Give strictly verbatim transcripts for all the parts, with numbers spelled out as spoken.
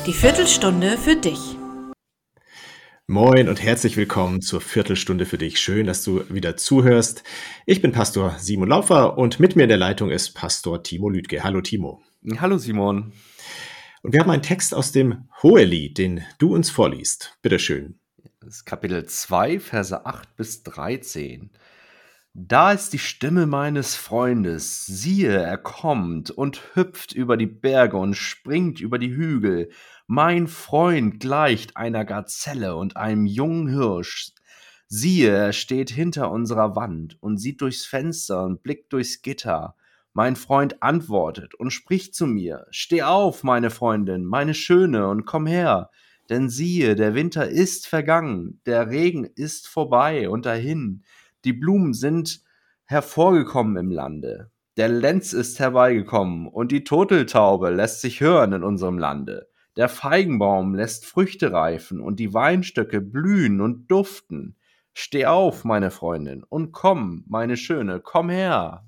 Die Viertelstunde für dich. Moin und herzlich willkommen zur Viertelstunde für dich. Schön, dass du wieder zuhörst. Ich bin Pastor Simon Laufer und mit mir in der Leitung ist Pastor Timo Lüdke. Hallo Timo. Hallo Simon. Und wir haben einen Text aus dem Hohelied, den du uns vorliest. Bitteschön. Das ist Kapitel zwei, Verse acht bis dreizehn. Da ist die Stimme meines Freundes, siehe, er kommt und hüpft über die Berge und springt über die Hügel. Mein Freund gleicht einer Gazelle und einem jungen Hirsch. Siehe, er steht hinter unserer Wand und sieht durchs Fenster und blickt durchs Gitter. Mein Freund antwortet und spricht zu mir: Steh auf, meine Freundin, meine Schöne, und komm her. Denn siehe, der Winter ist vergangen, der Regen ist vorbei und dahin. Die Blumen sind hervorgekommen im Lande. Der Lenz ist herbeigekommen und die Turteltaube lässt sich hören in unserem Lande. Der Feigenbaum lässt Früchte reifen und die Weinstöcke blühen und duften. Steh auf, meine Freundin, und komm, meine Schöne, komm her.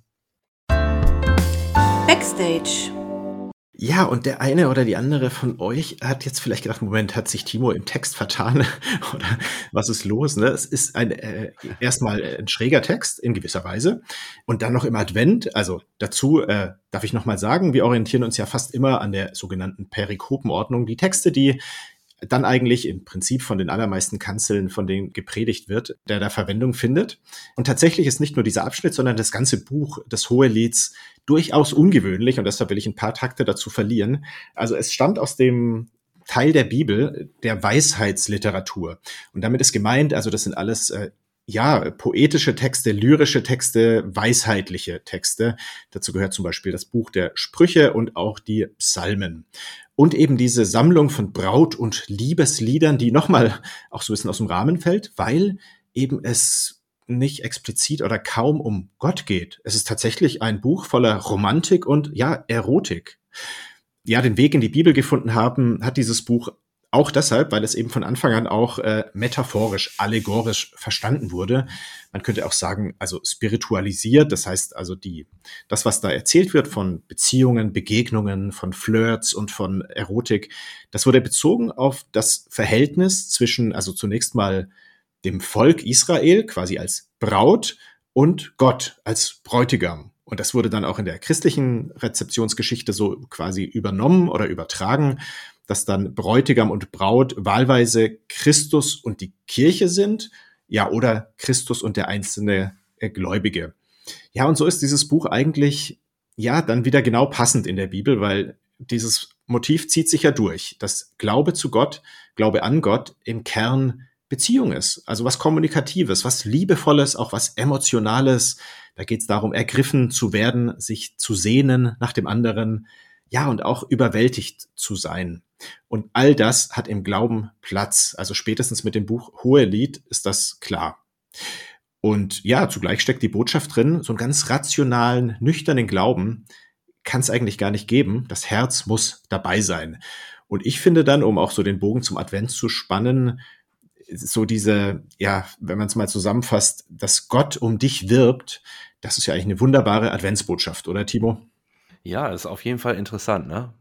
Backstage. Ja, und der eine oder die andere von euch hat jetzt vielleicht gedacht, Moment, hat sich Timo im Text vertan oder was ist los? Ne? Es ist ein äh, erstmal ein schräger Text in gewisser Weise und dann noch im Advent. Also dazu äh, darf ich nochmal sagen, wir orientieren uns ja fast immer an der sogenannten Perikopenordnung. Die Texte, die dann eigentlich im Prinzip von den allermeisten Kanzeln, von denen gepredigt wird, der da Verwendung findet. Und tatsächlich ist nicht nur dieser Abschnitt, sondern das ganze Buch des Hohelieds durchaus ungewöhnlich und deshalb will ich ein paar Takte dazu verlieren. Also es stammt aus dem Teil der Bibel der Weisheitsliteratur. Und damit ist gemeint, also das sind alles äh, ja, poetische Texte, lyrische Texte, weisheitliche Texte. Dazu gehört zum Beispiel das Buch der Sprüche und auch die Psalmen. Und eben diese Sammlung von Braut- und Liebesliedern, die nochmal auch so ein bisschen aus dem Rahmen fällt, weil eben es nicht explizit oder kaum um Gott geht. Es ist tatsächlich ein Buch voller Romantik und ja, Erotik. Ja, den Weg in die Bibel gefunden haben, hat dieses Buch auch deshalb, weil es eben von Anfang an auch äh, metaphorisch, allegorisch verstanden wurde. Man könnte auch sagen, also spiritualisiert. Das heißt also die, das, was da erzählt wird von Beziehungen, Begegnungen, von Flirts und von Erotik, das wurde bezogen auf das Verhältnis zwischen, also zunächst mal dem Volk Israel quasi als Braut und Gott als Bräutigam. Und das wurde dann auch in der christlichen Rezeptionsgeschichte so quasi übernommen oder übertragen, dass dann Bräutigam und Braut wahlweise Christus und die Kirche sind, ja, oder Christus und der einzelne äh, Gläubige. Ja, und so ist dieses Buch eigentlich, ja, dann wieder genau passend in der Bibel, weil dieses Motiv zieht sich ja durch, dass Glaube zu Gott, Glaube an Gott im Kern Beziehung ist. Also was Kommunikatives, was Liebevolles, auch was Emotionales. Da geht es darum, ergriffen zu werden, sich zu sehnen nach dem anderen, ja, und auch überwältigt zu sein. Und all das hat im Glauben Platz. Also spätestens mit dem Buch Hohelied ist das klar. Und ja, zugleich steckt die Botschaft drin, so einen ganz rationalen, nüchternen Glauben kann es eigentlich gar nicht geben. Das Herz muss dabei sein. Und ich finde dann, um auch so den Bogen zum Advent zu spannen, so diese, ja, wenn man es mal zusammenfasst, dass Gott um dich wirbt, das ist ja eigentlich eine wunderbare Adventsbotschaft, oder Timo? Ja, das ist auf jeden Fall interessant, ne?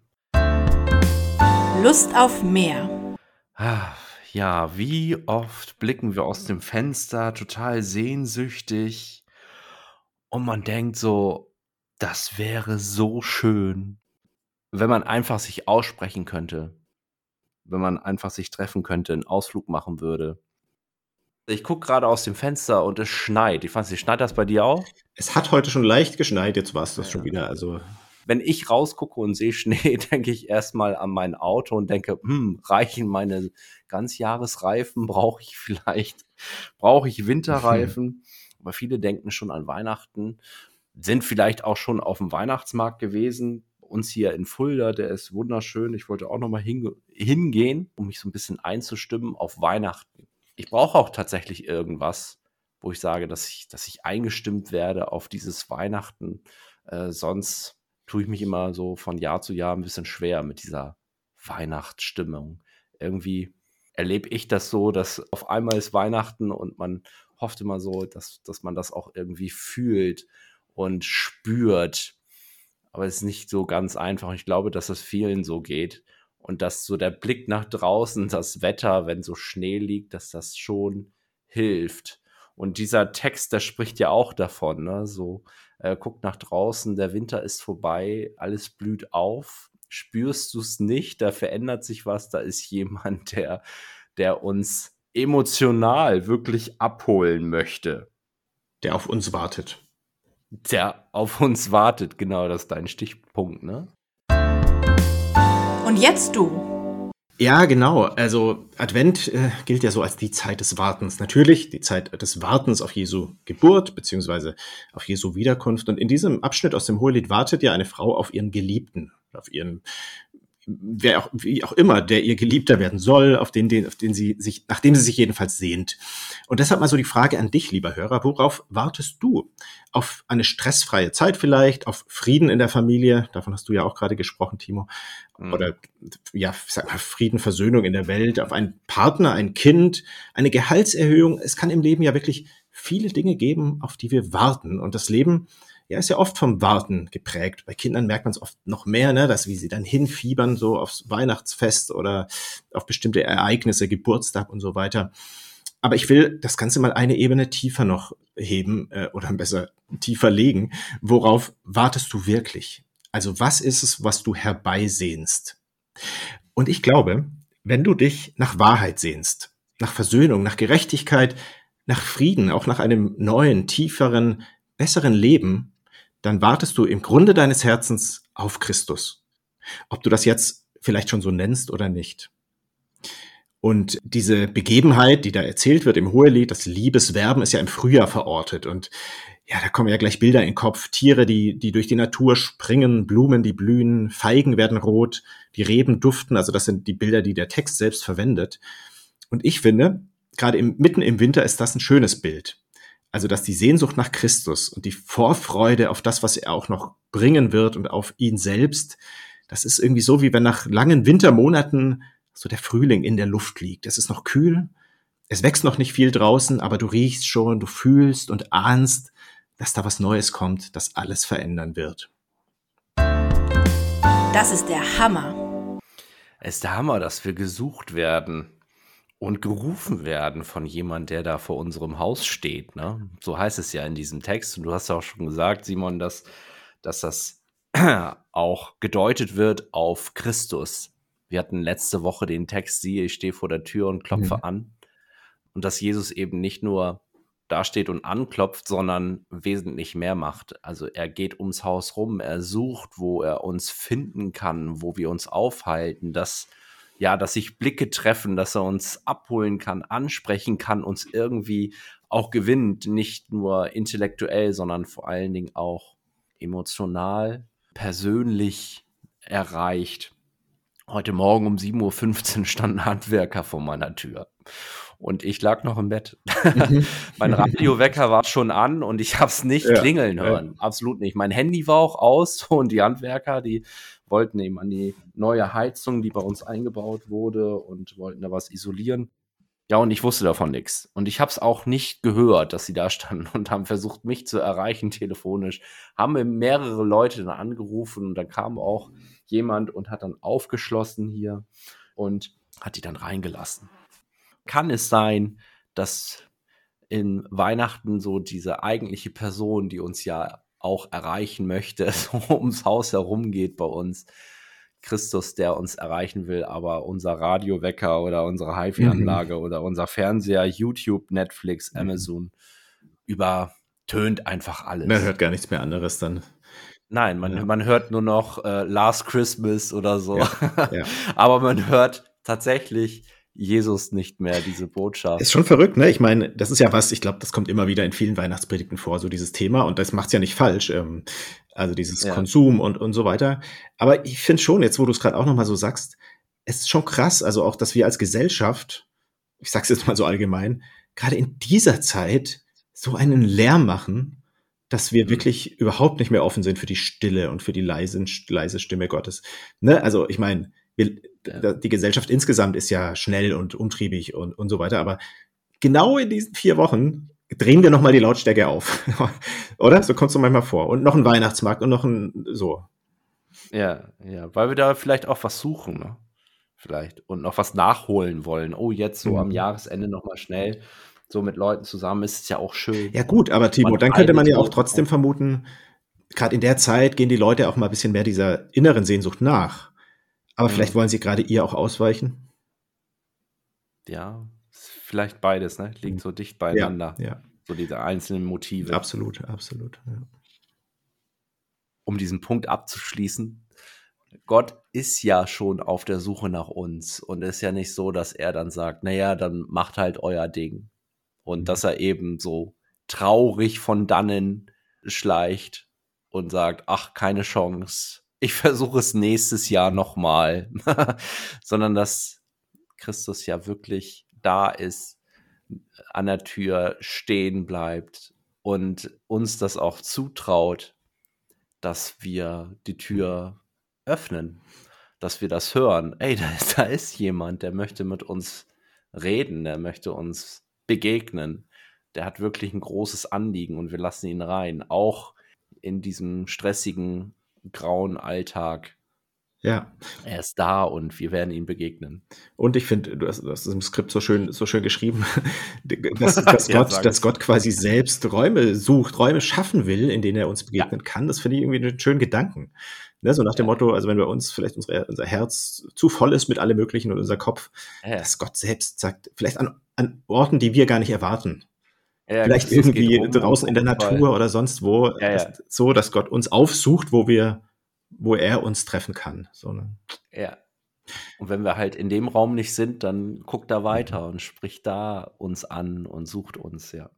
Lust auf mehr. Ah, ja, wie oft blicken wir aus dem Fenster total sehnsüchtig und man denkt so, das wäre so schön, wenn man einfach sich aussprechen könnte, wenn man einfach sich treffen könnte, einen Ausflug machen würde. Ich gucke gerade aus dem Fenster und es schneit. Ich fand, schneit das bei dir auch? Es hat heute schon leicht geschneit, jetzt war es das Ja. schon wieder. Also Wenn ich rausgucke und sehe Schnee, denke ich erstmal an mein Auto und denke, hm, reichen meine Ganzjahresreifen? Brauche ich vielleicht, brauche ich Winterreifen? Aber viele denken schon an Weihnachten, sind vielleicht auch schon auf dem Weihnachtsmarkt gewesen. Bei uns hier in Fulda, der ist wunderschön. Ich wollte auch nochmal hinge- hingehen, um mich so ein bisschen einzustimmen auf Weihnachten. Ich brauche auch tatsächlich irgendwas, wo ich sage, dass ich, dass ich eingestimmt werde auf dieses Weihnachten. Äh, sonst tue ich mich immer so von Jahr zu Jahr ein bisschen schwer mit dieser Weihnachtsstimmung. Irgendwie erlebe ich das so, dass auf einmal ist Weihnachten und man hofft immer so, dass, dass man das auch irgendwie fühlt und spürt. Aber es ist nicht so ganz einfach. Ich glaube, dass es vielen so geht. Und dass so der Blick nach draußen, das Wetter, wenn so Schnee liegt, dass das schon hilft. Und dieser Text, der spricht ja auch davon, ne? So, äh, guck nach draußen, der Winter ist vorbei, alles blüht auf. Spürst du es nicht? Da verändert sich was. Da ist jemand, der, der uns emotional wirklich abholen möchte. Der auf uns wartet. Der auf uns wartet, genau, das ist dein Stichpunkt, ne? Und jetzt du. Ja, genau. Also Advent äh, gilt ja so als die Zeit des Wartens. Natürlich die Zeit des Wartens auf Jesu Geburt beziehungsweise auf Jesu Wiederkunft. Und in diesem Abschnitt aus dem Hohelied wartet ja eine Frau auf ihren Geliebten, auf ihren, wer auch, wie auch immer, der ihr Geliebter werden soll, auf den, den, auf den sie sich, nachdem sie sich jedenfalls sehnt. Und deshalb mal so die Frage an dich, lieber Hörer, worauf wartest du? Auf eine stressfreie Zeit vielleicht, auf Frieden in der Familie, davon hast du ja auch gerade gesprochen, Timo, mhm. oder ja, ich sag mal Frieden, Versöhnung in der Welt, auf einen Partner, ein Kind, eine Gehaltserhöhung. Es kann im Leben ja wirklich viele Dinge geben, auf die wir warten. Und das Leben, ja, ist ja oft vom Warten geprägt. Bei Kindern merkt man es oft noch mehr, ne, dass wie sie dann hinfiebern, so aufs Weihnachtsfest oder auf bestimmte Ereignisse, Geburtstag und so weiter. Aber ich will das Ganze mal eine Ebene tiefer noch heben äh, oder besser tiefer legen. Worauf wartest du wirklich? Also was ist es, was du herbeisehnst? Und ich glaube, wenn du dich nach Wahrheit sehnst, nach Versöhnung, nach Gerechtigkeit, nach Frieden, auch nach einem neuen, tieferen, besseren Leben, dann wartest du im Grunde deines Herzens auf Christus. Ob du das jetzt vielleicht schon so nennst oder nicht. Und diese Begebenheit, die da erzählt wird im Hohelied, das Liebeswerben, ist ja im Frühjahr verortet. Und ja, da kommen ja gleich Bilder in den Kopf. Tiere, die, die durch die Natur springen, Blumen, die blühen, Feigen werden rot, die Reben duften. Also das sind die Bilder, die der Text selbst verwendet. Und ich finde, gerade im, mitten im Winter ist das ein schönes Bild. Also, dass die Sehnsucht nach Christus und die Vorfreude auf das, was er auch noch bringen wird und auf ihn selbst, das ist irgendwie so, wie wenn nach langen Wintermonaten so der Frühling in der Luft liegt. Es ist noch kühl, es wächst noch nicht viel draußen, aber du riechst schon, du fühlst und ahnst, dass da was Neues kommt, das alles verändern wird. Das ist der Hammer. Es ist der Hammer, dass wir gesucht werden und gerufen werden von jemand, der da vor unserem Haus steht, ne? So heißt es ja in diesem Text. Und du hast ja auch schon gesagt, Simon, dass, dass das auch gedeutet wird auf Christus. Wir hatten letzte Woche den Text, siehe, ich stehe vor der Tür und klopfe mhm. an. Und dass Jesus eben nicht nur da steht und anklopft, sondern wesentlich mehr macht. Also er geht ums Haus rum, er sucht, wo er uns finden kann, wo wir uns aufhalten, dass ja, dass sich Blicke treffen, dass er uns abholen kann, ansprechen kann, uns irgendwie auch gewinnt, nicht nur intellektuell, sondern vor allen Dingen auch emotional, persönlich erreicht. Heute Morgen um sieben Uhr fünfzehn stand ein Handwerker vor meiner Tür und ich lag noch im Bett. Mein Radiowecker war schon an und ich habe es nicht ja, klingeln hören, ja. Absolut nicht. Mein Handy war auch aus und die Handwerker, die wollten eben an die neue Heizung, die bei uns eingebaut wurde und wollten da was isolieren. Ja, und ich wusste davon nichts. Und ich habe es auch nicht gehört, dass sie da standen und haben versucht, mich zu erreichen telefonisch. Haben mir mehrere Leute dann angerufen und dann kam auch jemand und hat dann aufgeschlossen hier und hat die dann reingelassen. Kann es sein, dass in Weihnachten so diese eigentliche Person, die uns ja auch erreichen möchte, so ums Haus herum geht bei uns, Christus, der uns erreichen will, aber unser Radiowecker oder unsere HiFi-Anlage mhm. oder unser Fernseher, YouTube, Netflix, Amazon übertönt einfach alles. Man hört gar nichts mehr anderes dann. Nein, man, ja. man hört nur noch äh, Last Christmas oder so. Ja, ja. Aber man hört tatsächlich Jesus nicht mehr, diese Botschaft. Ist schon verrückt, ne? Ich meine, das ist ja was, ich glaube, das kommt immer wieder in vielen Weihnachtspredigten vor, so dieses Thema, und das macht's ja nicht falsch, ähm, also dieses ja. Konsum und und so weiter. Aber ich finde schon, jetzt wo du es gerade auch nochmal so sagst, es ist schon krass, also auch, dass wir als Gesellschaft, ich sag's jetzt mal so allgemein, gerade in dieser Zeit so einen Lärm machen, dass wir mhm. wirklich überhaupt nicht mehr offen sind für die Stille und für die leise, leise Stimme Gottes. Ne? Also ich meine, wir, ja. die Gesellschaft insgesamt ist ja schnell und umtriebig und, und so weiter, aber genau in diesen vier Wochen drehen wir nochmal die Lautstärke auf. Oder? So kommst du manchmal vor. Und noch ein Weihnachtsmarkt und noch ein so. Ja, ja, weil wir da vielleicht auch was suchen, ne? vielleicht und noch was nachholen wollen. Oh, jetzt so am Mhm. Jahresende noch mal schnell so mit Leuten zusammen ist es ja auch schön. Ja gut, aber Timo, Man dann könnte man teilt ja auch eben trotzdem auch. vermuten, grad in der Zeit gehen die Leute auch mal 'n bisschen mehr dieser inneren Sehnsucht nach. Aber vielleicht Mhm. wollen sie gerade ihr auch ausweichen? Ja, ist vielleicht beides, ne? Mhm. Liegt so dicht Ja, beieinander, ja. so diese einzelnen Motive. Absolut, absolut, ja. Um diesen Punkt abzuschließen, Gott ist ja schon auf der Suche nach uns und ist ja nicht so, dass er dann sagt: „Na ja, dann macht halt euer Ding.“ Und Mhm. dass er eben so traurig von dannen schleicht und sagt: „Ach, keine Chance. Ich versuche es nächstes Jahr Mhm. noch mal.“ Sondern dass Christus ja wirklich da ist, an der Tür stehen bleibt und uns das auch zutraut, dass wir die Tür öffnen, dass wir das hören. Ey, da ist da ist jemand, der möchte mit uns reden, der möchte uns begegnen. Der hat wirklich 'n großes Anliegen und wir lassen ihn rein, auch in diesem stressigen, grauen Alltag. Ja. Er ist da und wir werden ihm begegnen. Und ich finde, du hast du hast es im Skript so schön so schön geschrieben, d g dass dass Ja, Gott sag dass es. Gott quasi selbst Räume sucht, Räume schaffen will, in denen er uns Ja. begegnen kann. Das finde ich irgendwie 'nen schönen Gedanken. Ne, so nach dem Ja. Motto, also, wenn bei uns vielleicht unsere unser Herz zu voll ist mit allem Möglichen und unser Kopf, Ja, ja. dass Gott selbst sagt vielleicht an an Orten, die wir gar nicht erwarten. Ja, Vielleicht Christus geht irgendwie rum und draußen in der guckt überall. Natur oder sonst wo, Ja, dass ja. so, dass Gott uns aufsucht, wo wir wo er uns treffen kann, so, ne? Ja. Und wenn wir halt in dem Raum nicht sind, dann guckt er Mhm. weiter und spricht da uns an und sucht uns, ja.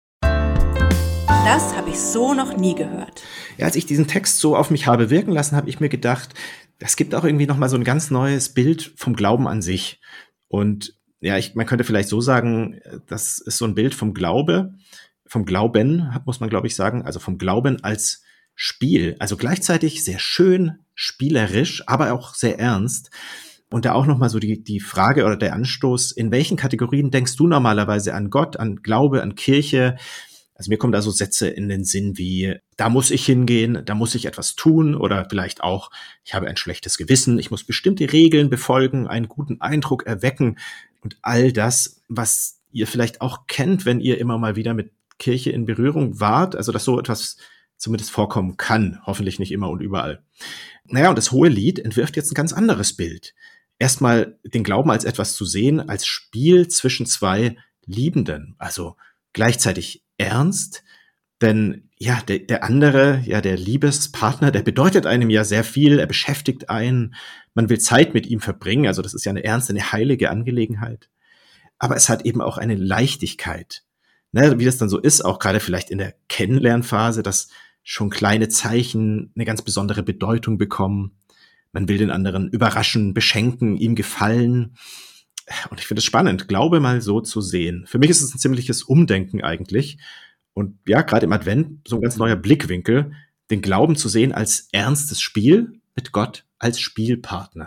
Das habe ich so noch nie gehört. Ja, als ich diesen Text so auf mich habe wirken lassen, habe ich mir gedacht, das gibt auch irgendwie noch mal so 'n ganz neues Bild vom Glauben an sich. Und ja, ich man könnte vielleicht so sagen, äh, das ist so 'n Bild vom Glaube vom Glauben, ha muss man, glaube ich, sagen, also, vom Glauben als Spiel. Also, gleichzeitig sehr schön, spielerisch, aber auch sehr ernst. Und da auch noch mal so die die Frage oder der Anstoß: In welchen Kategorien denkst du normalerweise an Gott, an Glaube, an Kirche? Also, mir kommen da so Sätze in den Sinn wie: „Da muss ich hingehen, da muss ich etwas tun“, oder vielleicht auch: „Ich habe ein schlechtes Gewissen, ich muss bestimmte Regeln befolgen, einen guten Eindruck erwecken.“ Und all das, was ihr vielleicht auch kennt, wenn ihr immer mal wieder mit Kirche in Berührung wart, also, dass so etwas zumindest vorkommen kann, hoffentlich nicht immer und überall. Na ja, und das Hohelied entwirft jetzt 'n ganz anderes Bild. Erst mal den Glauben als etwas zu sehen, als Spiel zwischen zwei Liebenden, also, gleichzeitig ernst, denn ja, der der andere, ja, der Liebespartner, der bedeutet einem ja sehr viel, er beschäftigt einen, man will Zeit mit ihm verbringen, also, das ist ja 'ne ernste, 'ne heilige Angelegenheit. Aber es hat eben auch eine Leichtigkeit, ne, wie das dann so ist, auch grade vielleicht in der Kennenlernphase, dass schon kleine Zeichen 'ne ganz besondere Bedeutung bekommen. Man will den anderen überraschen, beschenken, ihm gefallen. Und ich finde es spannend, Glaube mal so zu sehen. Für mich ist es 'n ziemliches Umdenken eigentlich. Und ja, grad im Advent so 'n ganz neuer Mhm. Blickwinkel, den Glauben zu sehen als ernstes Spiel mit Gott als Spielpartner.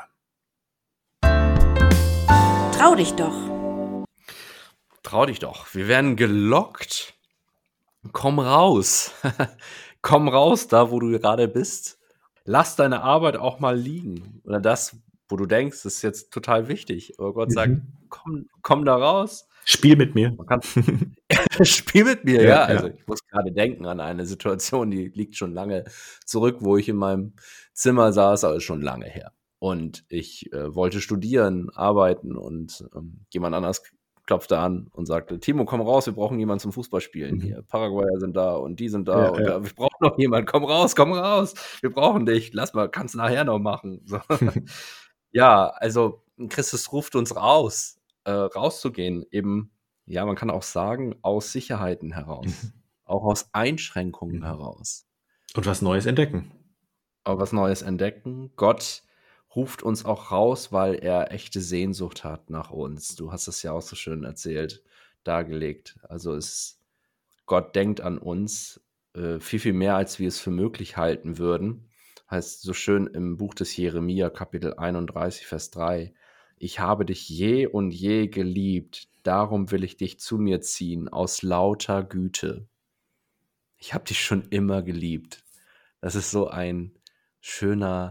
Trau dich doch. Trau dich doch. Wir werden gelockt. Komm raus. Komm raus, da wo du gerade bist. Lass deine Arbeit auch mal liegen oder das, wo du denkst, das ist jetzt total wichtig. Aber Gott sagt: Mhm. „Komm komm da raus.“ Spiel mit mir. Man kann spiel mit mir, Ja, ja. Also, ja. ich muss grade denken an eine Situation, die liegt schon lange zurück, wo ich in meinem Zimmer saß, aber ist schon lange her. Und ich, äh, wollte studieren, arbeiten und, ähm, jemand anders k klopfte an und sagte: „Timo, komm raus, wir brauchen jemanden zum Fußballspielen Mhm. hier. Paraguayer sind da und die sind da Ja, und ja. da wir brauchen noch jemand. Komm raus, komm raus. Wir brauchen dich. Lass mal kannst nachher noch machen.“ So. Ja, also, Christus ruft uns raus, äh, rauszugehen, eben ja, man kann auch sagen, aus Sicherheiten heraus, Mhm. auch aus Einschränkungen Mhm. heraus. Und was Neues entdecken. Aber was Neues entdecken. Gott ruft uns auch raus, weil er echte Sehnsucht hat nach uns. Du hast es ja auch so schön erzählt dargelegt. Also, es Gott denkt an uns, äh, viel, viel mehr, als wir es für möglich halten würden. Heißt so schön im Buch des Jeremia, Kapitel einunddreißig, Vers drei: „Ich habe dich je und je geliebt, darum will ich dich zu mir ziehen aus lauter Güte.“ Ich habe dich schon immer geliebt. Das ist so ein schöner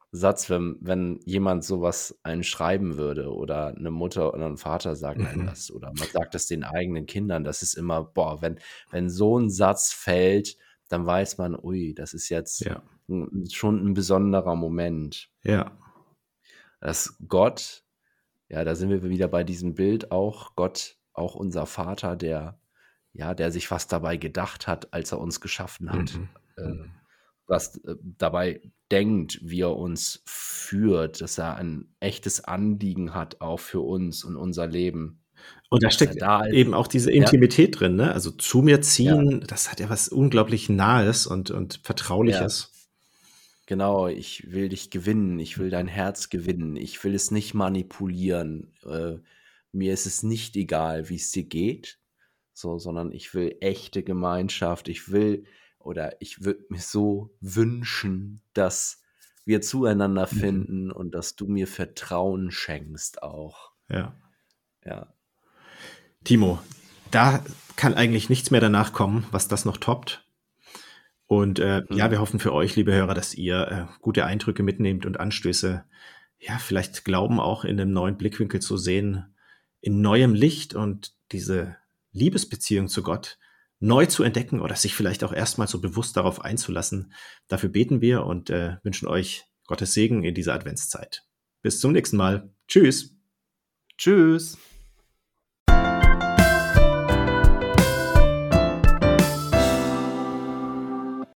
Satz, wenn wenn jemand sowas einen schreiben würde oder eine Mutter oder ein Vater sagt einem Mhm. das oder man sagt das den eigenen Kindern. Das ist immer boah, wenn wenn so ein Satz fällt, dann weiß man: „Ui, das ist jetzt Ja, 'n schon ein besonderer Moment.“ ja. Dass Gott ja, da sind wir wieder bei diesem Bild auch, Gott, auch unser Vater, der ja, der sich was dabei gedacht hat, als er uns geschaffen hat, Mhm. äh, Mhm. was, äh, dabei denkt, wie er uns führt, dass er ein echtes Anliegen hat auch für uns und unser Leben, Und da dass er steckt da ist. eben auch diese Ja, Intimität drin, ne? Also, zu mir ja, ziehen, das hat ja was unglaublich Nahes und und ja, Vertrauliches. genau. Ich will dich gewinnen, ich will dein Herz gewinnen, ich will es nicht manipulieren. Äh, mir ist es nicht egal, wie es dir geht. So, sondern ich will echte Gemeinschaft. Ich will oder ich würde mir so wünschen, dass wir zueinander Mhm. finden und dass du mir Vertrauen schenkst auch. Ja. Ja. Timo, da kann eigentlich nichts mehr danach kommen, was das noch toppt. Und, äh, ja, Mhm. wir hoffen für euch, liebe Hörer, dass ihr, äh, gute Eindrücke mitnehmt und Anstöße, ja, vielleicht Glauben auch in 'nem neuen Blickwinkel zu sehen, in neuem Licht und diese Liebesbeziehung zu Gott neu zu entdecken oder sich vielleicht auch erst mal so bewusst darauf einzulassen. Dafür beten wir und, äh, wünschen euch Gottes Segen in dieser Adventszeit. Bis zum nächsten Mal. Tschüss. Tschüss.